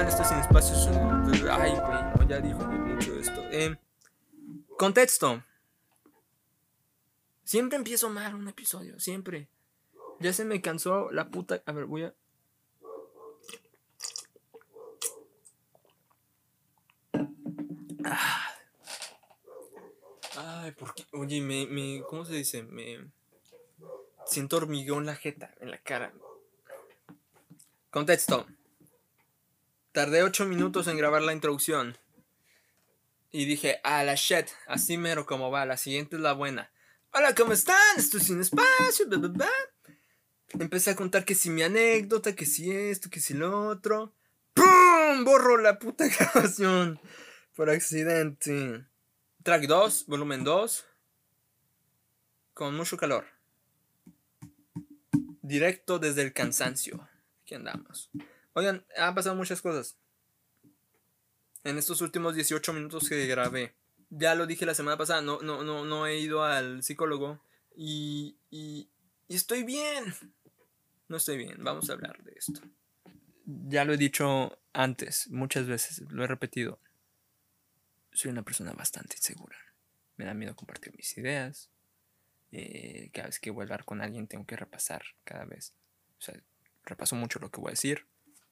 están? Esto es Sin Espacios. Ay, güey, no, ya dijo mucho esto. Contexto. Siempre empiezo mal un episodio, siempre. Ya se me cansó la puta... A ver, voy a... Ay, ¿por qué? Oye, ¿cómo se dice? Me siento hormigueo en la jeta, en la cara. Contexto. Tardé 8 minutos en grabar la introducción. Y dije, la shit, así mero como va, la siguiente es la buena. Hola, ¿cómo están? Estoy Sin Espacio, bla, bla, bla. Empecé a contar que si mi anécdota, que si esto, que si lo otro. ¡Pum! Borro la puta grabación por accidente. Track 2, volumen 2. Con mucho calor. Directo desde el cansancio. Aquí andamos. Oigan, han pasado muchas cosas en estos últimos 18 minutos que grabé. Ya lo dije la semana pasada, no he ido al psicólogo. Y estoy bien. No estoy bien, vamos a hablar de esto. Ya lo he dicho antes, muchas veces, lo he repetido. Soy una persona bastante insegura. Me da miedo compartir mis ideas. Cada vez que voy a hablar con alguien tengo que repasar cada vez. O sea, repaso mucho lo que voy a decir.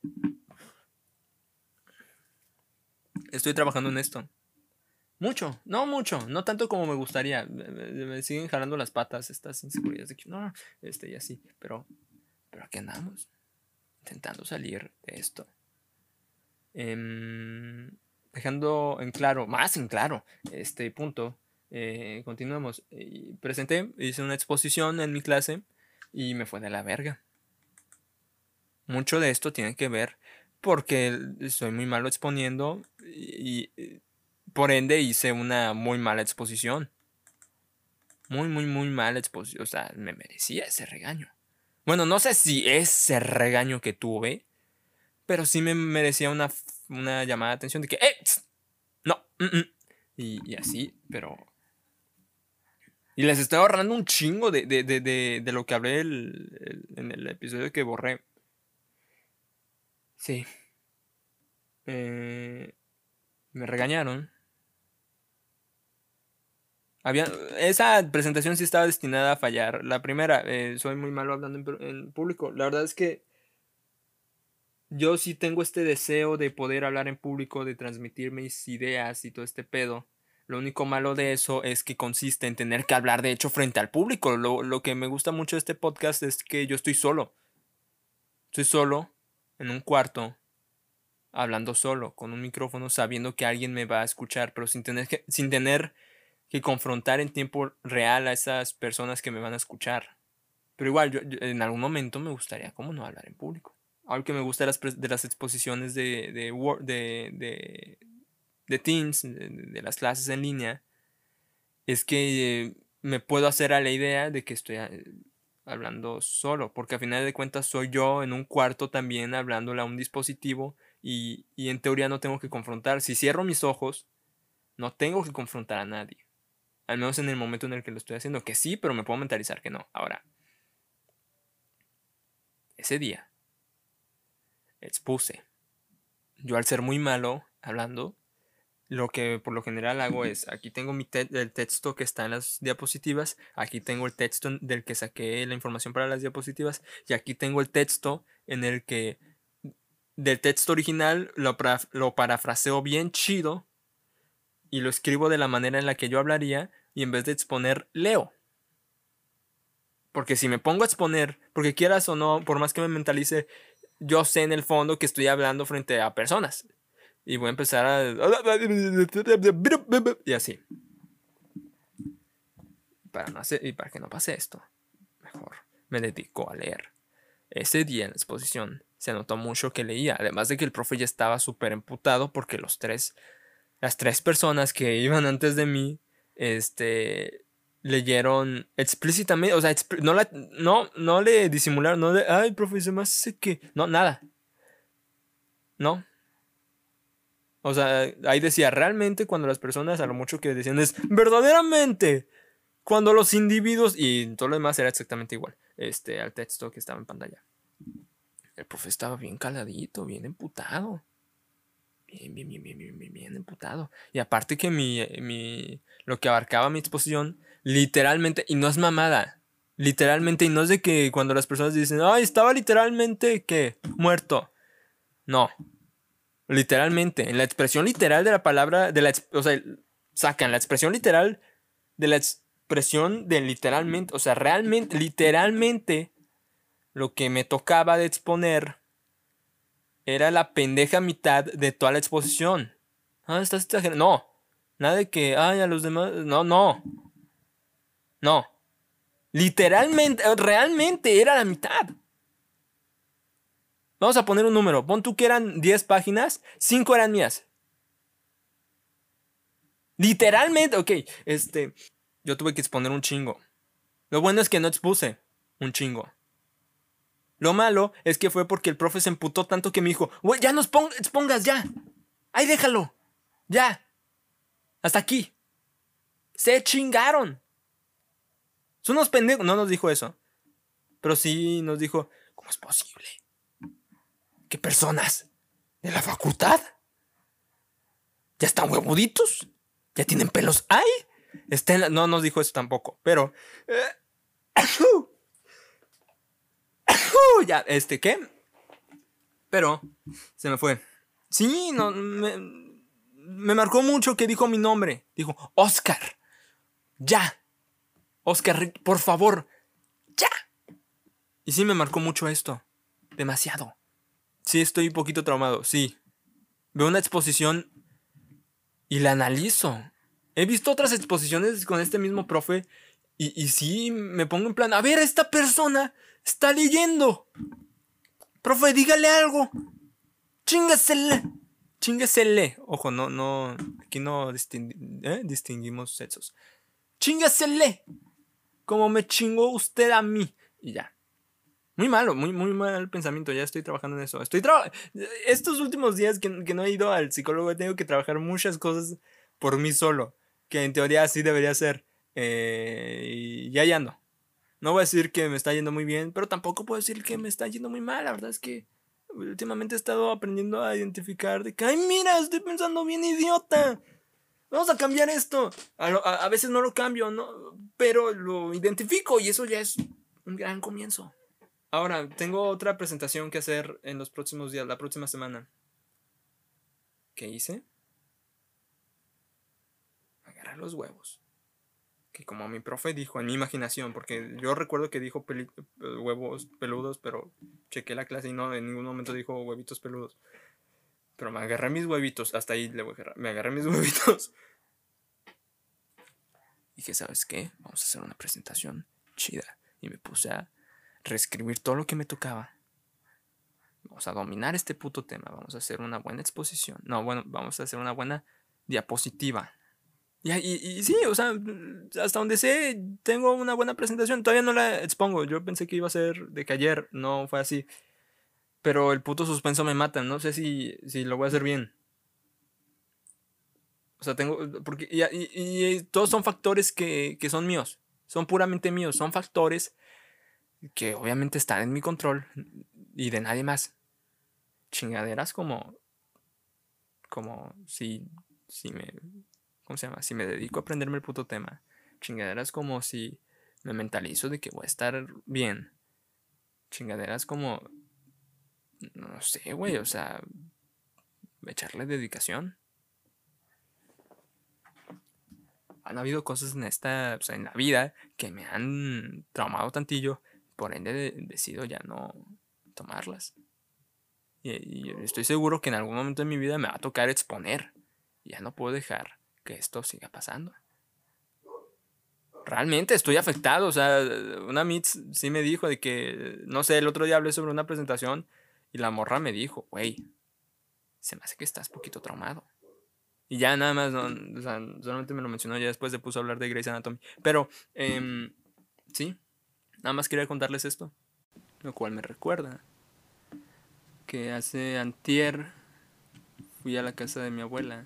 Estoy trabajando en esto. Mucho, no tanto como me gustaría. Me siguen jalando las patas estas inseguridades de que no, y así. Pero aquí andamos, intentando salir de esto. Dejando en claro, más en claro, este punto. Continuamos. Hice una exposición en mi clase y me fue de la verga. Mucho de esto tiene que ver porque soy muy malo exponiendo y por ende hice una muy mala exposición. Muy mala exposición. O sea, me merecía ese regaño. Bueno, no sé si ese regaño que tuve, pero sí me merecía una llamada de atención de que, no, y así, pero... Y les estoy ahorrando un chingo de lo que hablé en el episodio que borré. Sí. Me regañaron. Esa presentación sí estaba destinada a fallar. La primera, soy muy malo hablando en público. La verdad es que yo sí tengo este deseo de poder hablar en público, de transmitir mis ideas y todo este pedo. Lo único malo de eso es que consiste en tener que hablar de hecho frente al público. Lo que me gusta mucho de este podcast es que yo estoy solo. Estoy solo en un cuarto, hablando solo, con un micrófono, sabiendo que alguien me va a escuchar, pero sin tener que confrontar en tiempo real a esas personas que me van a escuchar. Pero igual, yo en algún momento me gustaría, ¿cómo no hablar en público? Algo que me gusta de las exposiciones de Teams, de las clases en línea, es que me puedo hacer a la idea de que estoy hablando solo, porque a final de cuentas soy yo en un cuarto también hablándole a un dispositivo y en teoría no tengo que confrontar. Si cierro mis ojos, no tengo que confrontar a nadie. Al menos en el momento en el que lo estoy haciendo, que sí, pero me puedo mentalizar que no. Ahora, ese día expuse. Yo al ser muy malo hablando, lo que por lo general hago es, aquí tengo el texto que está en las diapositivas, aquí tengo el texto del que saqué la información para las diapositivas, y aquí tengo el texto en el que del texto original lo parafraseo bien chido y lo escribo de la manera en la que yo hablaría, y en vez de exponer, leo. Porque si me pongo a exponer, porque quieras o no, por más que me mentalice, yo sé en el fondo que estoy hablando frente a personas. Y voy a empezar a... Y así. Y para que no pase esto, mejor me dedico a leer. Ese día en la exposición se notó mucho que leía. Además de que el profe ya estaba súper emputado porque las tres personas que iban antes de mí, leyeron explícitamente, o sea, no le disimularon, no de, ay, profe, se me hace que... No, nada. No. O sea, ahí decía, realmente cuando las personas a lo mucho que decían es, verdaderamente, cuando los individuos, y todo lo demás era exactamente igual, al texto que estaba en pantalla. El profe estaba bien caladito, bien emputado. bien emputado. Y aparte que lo que abarcaba mi exposición, literalmente, y no es mamada, literalmente, y no es de que cuando las personas dicen, ay, estaba literalmente, ¿qué? Muerto. No. Literalmente, en la expresión literal de la palabra, o sea, sacan la expresión literal de la expresión de literalmente, o sea, realmente, literalmente, lo que me tocaba de exponer era la pendeja mitad de toda la exposición. Ah, estás exagerando. No, nada de que, ay, a los demás, no. Literalmente, realmente era la mitad. Vamos a poner un número. Pon tú que eran 10 páginas, 5 eran mías. Literalmente, ok, yo tuve que exponer un chingo. Lo bueno es que no expuse un chingo. Lo malo es que fue porque el profe se emputó tanto que me dijo, güey, ya no expongas, ya. Ahí déjalo. Ya. Hasta aquí. Se chingaron. Son unos pendejos. No nos dijo eso. Pero sí nos dijo, ¿cómo es posible? ¿Qué personas de la facultad ya están huevuditos? ¿Ya tienen pelos? ¡Ay! No nos dijo eso tampoco. Pero... ya, ¿qué? Pero se me fue. Sí, no, me marcó mucho que dijo mi nombre. Dijo, Oscar. Ya. Oscar, por favor. Ya. Y sí me marcó mucho esto. Demasiado. Sí, estoy un poquito traumado. Sí. Veo una exposición y la analizo. He visto otras exposiciones con este mismo profe y sí me pongo en plan, a ver, esta persona está leyendo. Profe, dígale algo. Chingasele. Chingasele. Ojo, no, aquí no distinguimos sexos. Chingasele. Como me chingó usted a mí. Y ya. Muy malo, muy mal pensamiento. Ya estoy trabajando en eso. Estos últimos días que no he ido al psicólogo, he tenido que trabajar muchas cosas por mí solo. Que en teoría así debería ser. Y ya ando. No voy a decir que me está yendo muy bien, pero tampoco puedo decir que me está yendo muy mal. La verdad es que últimamente he estado aprendiendo a identificar de que, ay, mira, estoy pensando bien idiota. Vamos a cambiar esto. A veces no lo cambio, ¿no? Pero lo identifico y eso ya es un gran comienzo. Ahora, tengo otra presentación que hacer en los próximos días, la próxima semana. ¿Qué hice? Agarrar los huevos. Que como mi profe dijo, en mi imaginación, porque yo recuerdo que dijo huevos peludos, pero chequé la clase y no, en ningún momento dijo huevitos peludos. Pero me agarré mis huevitos, hasta ahí le voy a agarrar. Me agarré mis huevitos. Y dije, ¿sabes qué? Vamos a hacer una presentación chida. Y me puse a reescribir todo lo que me tocaba. Vamos a dominar este puto tema. Vamos a hacer una buena exposición. No, bueno, vamos a hacer una buena diapositiva. Y sí, o sea, hasta donde sé, tengo una buena presentación. Todavía no la expongo. Yo pensé que iba a ser de que ayer. No fue así. Pero el puto suspenso me mata. No sé si lo voy a hacer bien. O sea, porque, y todos son factores que son míos. Son puramente míos. Son factores que obviamente están en mi control y de nadie más. Chingaderas como si me, ¿cómo se llama? Si me dedico a aprenderme el puto tema. Chingaderas como si me mentalizo de que voy a estar bien. Chingaderas como, no sé, güey, o sea, echarle dedicación. Han habido cosas en o sea, en la vida que me han traumado tantillo, por ende decido ya no tomarlas. Y estoy seguro que en algún momento de mi vida me va a tocar exponer. Ya no puedo dejar que esto siga pasando. Realmente estoy afectado. O sea, una Mitz sí me dijo de que, no sé, el otro día hablé sobre una presentación y la morra me dijo, güey, se me hace que estás poquito traumado. Y ya nada más, o sea, solamente me lo mencionó, ya después se puso a hablar de Grey's Anatomy. Pero, sí, nada más quería contarles esto. Lo cual me recuerda que hace antier fui a la casa de mi abuela.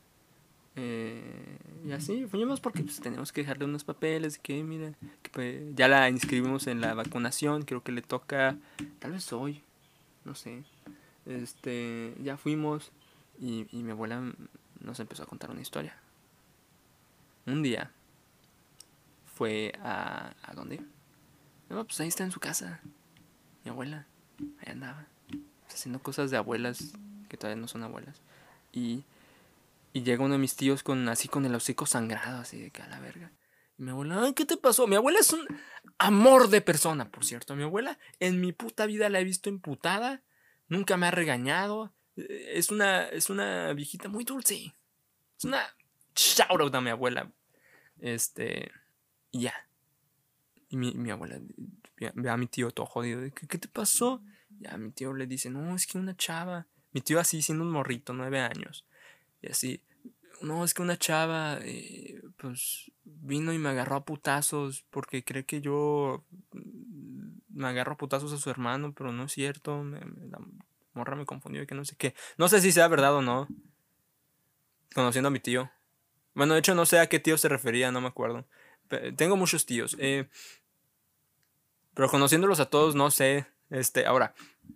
Y así fuimos porque pues, tenemos que dejarle unos papeles. Que mira, que, pues, ya la inscribimos en la vacunación. Creo que le toca, tal vez hoy, no sé. Ya fuimos. Y mi abuela nos empezó a contar una historia. Un día fue ¿a dónde? No, pues ahí está en su casa. Mi abuela. Ahí andaba. Haciendo cosas de abuelas que todavía no son abuelas. Y llega uno de mis tíos así con el hocico sangrado, así de que a la verga. Y mi abuela, ay, ¿qué te pasó? Mi abuela es un amor de persona, por cierto. Mi abuela en mi puta vida la he visto imputada. Nunca me ha regañado. Es una viejita muy dulce. Es una shout out a mi abuela. Y ya. Y mi abuela ve a mi tío todo jodido. ¿Qué te pasó? Ya mi tío le dice, no, es que una chava. Mi tío así siendo un morrito, 9 años. Y así, no, es que una chava, pues, vino y me agarró a putazos porque cree que yo me agarro a putazos a su hermano, pero no es cierto. La morra me confundió y que no sé qué. No sé si sea verdad o no, conociendo a mi tío. Bueno, de hecho no sé a qué tío se refería, no me acuerdo. Tengo muchos tíos, pero conociéndolos a todos, no sé. Ahora,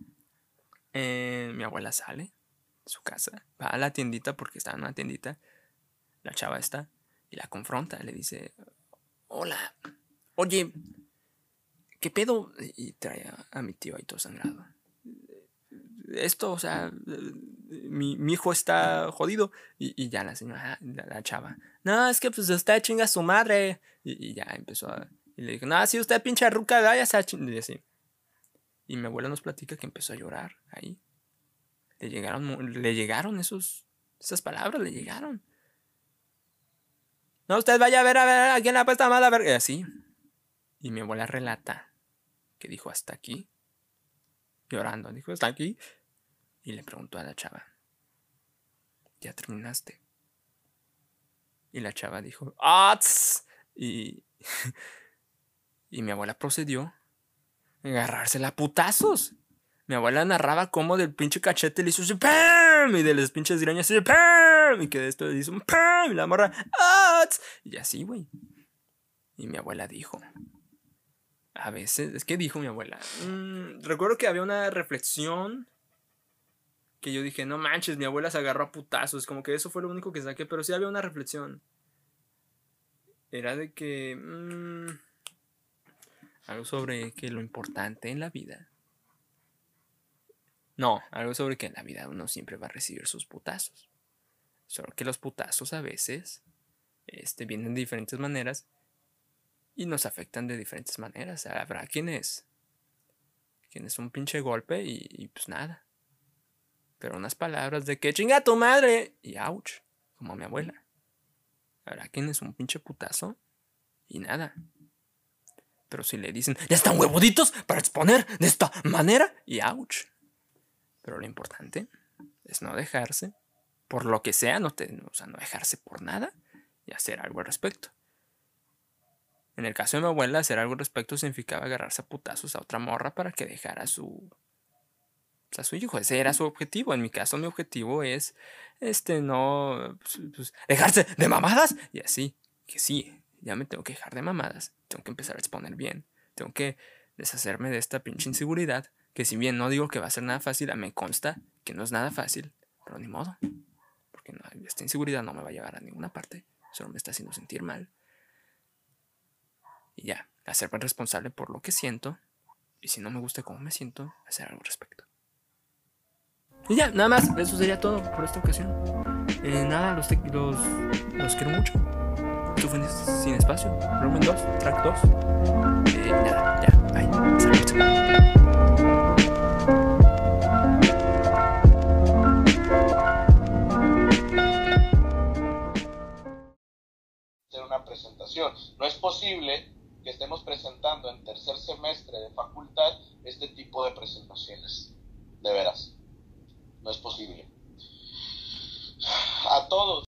mi abuela sale de su casa, va a la tiendita porque estaba en una tiendita. La chava está y la confronta, le dice, hola, oye, ¿qué pedo? Y trae a mi tío ahí todo sangrado. Esto, o sea, mi hijo está jodido. Y ya la señora, la chava, no, es que pues usted chinga a su madre. Y ya empezó y le dijo, no, si usted pinche ruca, váyase a chingar. Y así. Y mi abuela nos platica que empezó a llorar ahí. Le llegaron esas palabras, le llegaron. No, usted vaya a ver a quién le ha puesto mal a ver. Y así. Y mi abuela relata que dijo hasta aquí. Llorando, dijo hasta aquí. Y le preguntó a la chava, ¿ya terminaste? Y la chava dijo, ¡ah! Y, y mi abuela procedió a agarrársela a putazos. Mi abuela narraba cómo del pinche cachete le hizo así, ¡pam! Y de las pinches greñas así, ¡pam! Y que de esto le hizo un ¡pam! Y la morra, ¡ah! Y así, güey. Y mi abuela dijo, a veces, es que dijo mi abuela, recuerdo que había una reflexión que yo dije, no manches, mi abuela se agarró a putazos, como que eso fue lo único que saqué, pero sí había una reflexión. Era de que algo sobre que lo importante en la vida. No, algo sobre que en la vida uno siempre va a recibir sus putazos. Solo que los putazos a veces vienen de diferentes maneras y nos afectan de diferentes maneras. Habrá quienes un pinche golpe y pues nada. Pero unas palabras de que chinga tu madre y ouch, como mi abuela. Habrá quienes un pinche putazo y nada. Pero si le dicen, ya están huevuditos para exponer de esta manera y ouch. Pero lo importante es no dejarse, por lo que sea, no dejarse por nada y hacer algo al respecto. En el caso de mi abuela, hacer algo al respecto significaba agarrarse a putazos a otra morra para que dejara a su hijo. Ese era su objetivo. En mi caso, mi objetivo es, no, pues, dejarse de mamadas y así. Que sí, ya me tengo que dejar de mamadas. Tengo que empezar a exponer bien. Tengo que deshacerme de esta pinche inseguridad. Que si bien no digo que va a ser nada fácil, me consta que no es nada fácil. Pero ni modo. Porque esta inseguridad no me va a llevar a ninguna parte. Solo me está haciendo sentir mal. Y ya, hacerme responsable por lo que siento. Y si no me gusta cómo me siento, hacer algo al respecto. Y ya, nada más, eso sería todo por esta ocasión. Nada, los quiero mucho. Esto fue Sin Espacio, volumen 2, track 2. Nada, ya, bye. Una presentación. No es posible que estemos presentando en tercer semestre de facultad este tipo de presentaciones. De veras. No es posible. A todos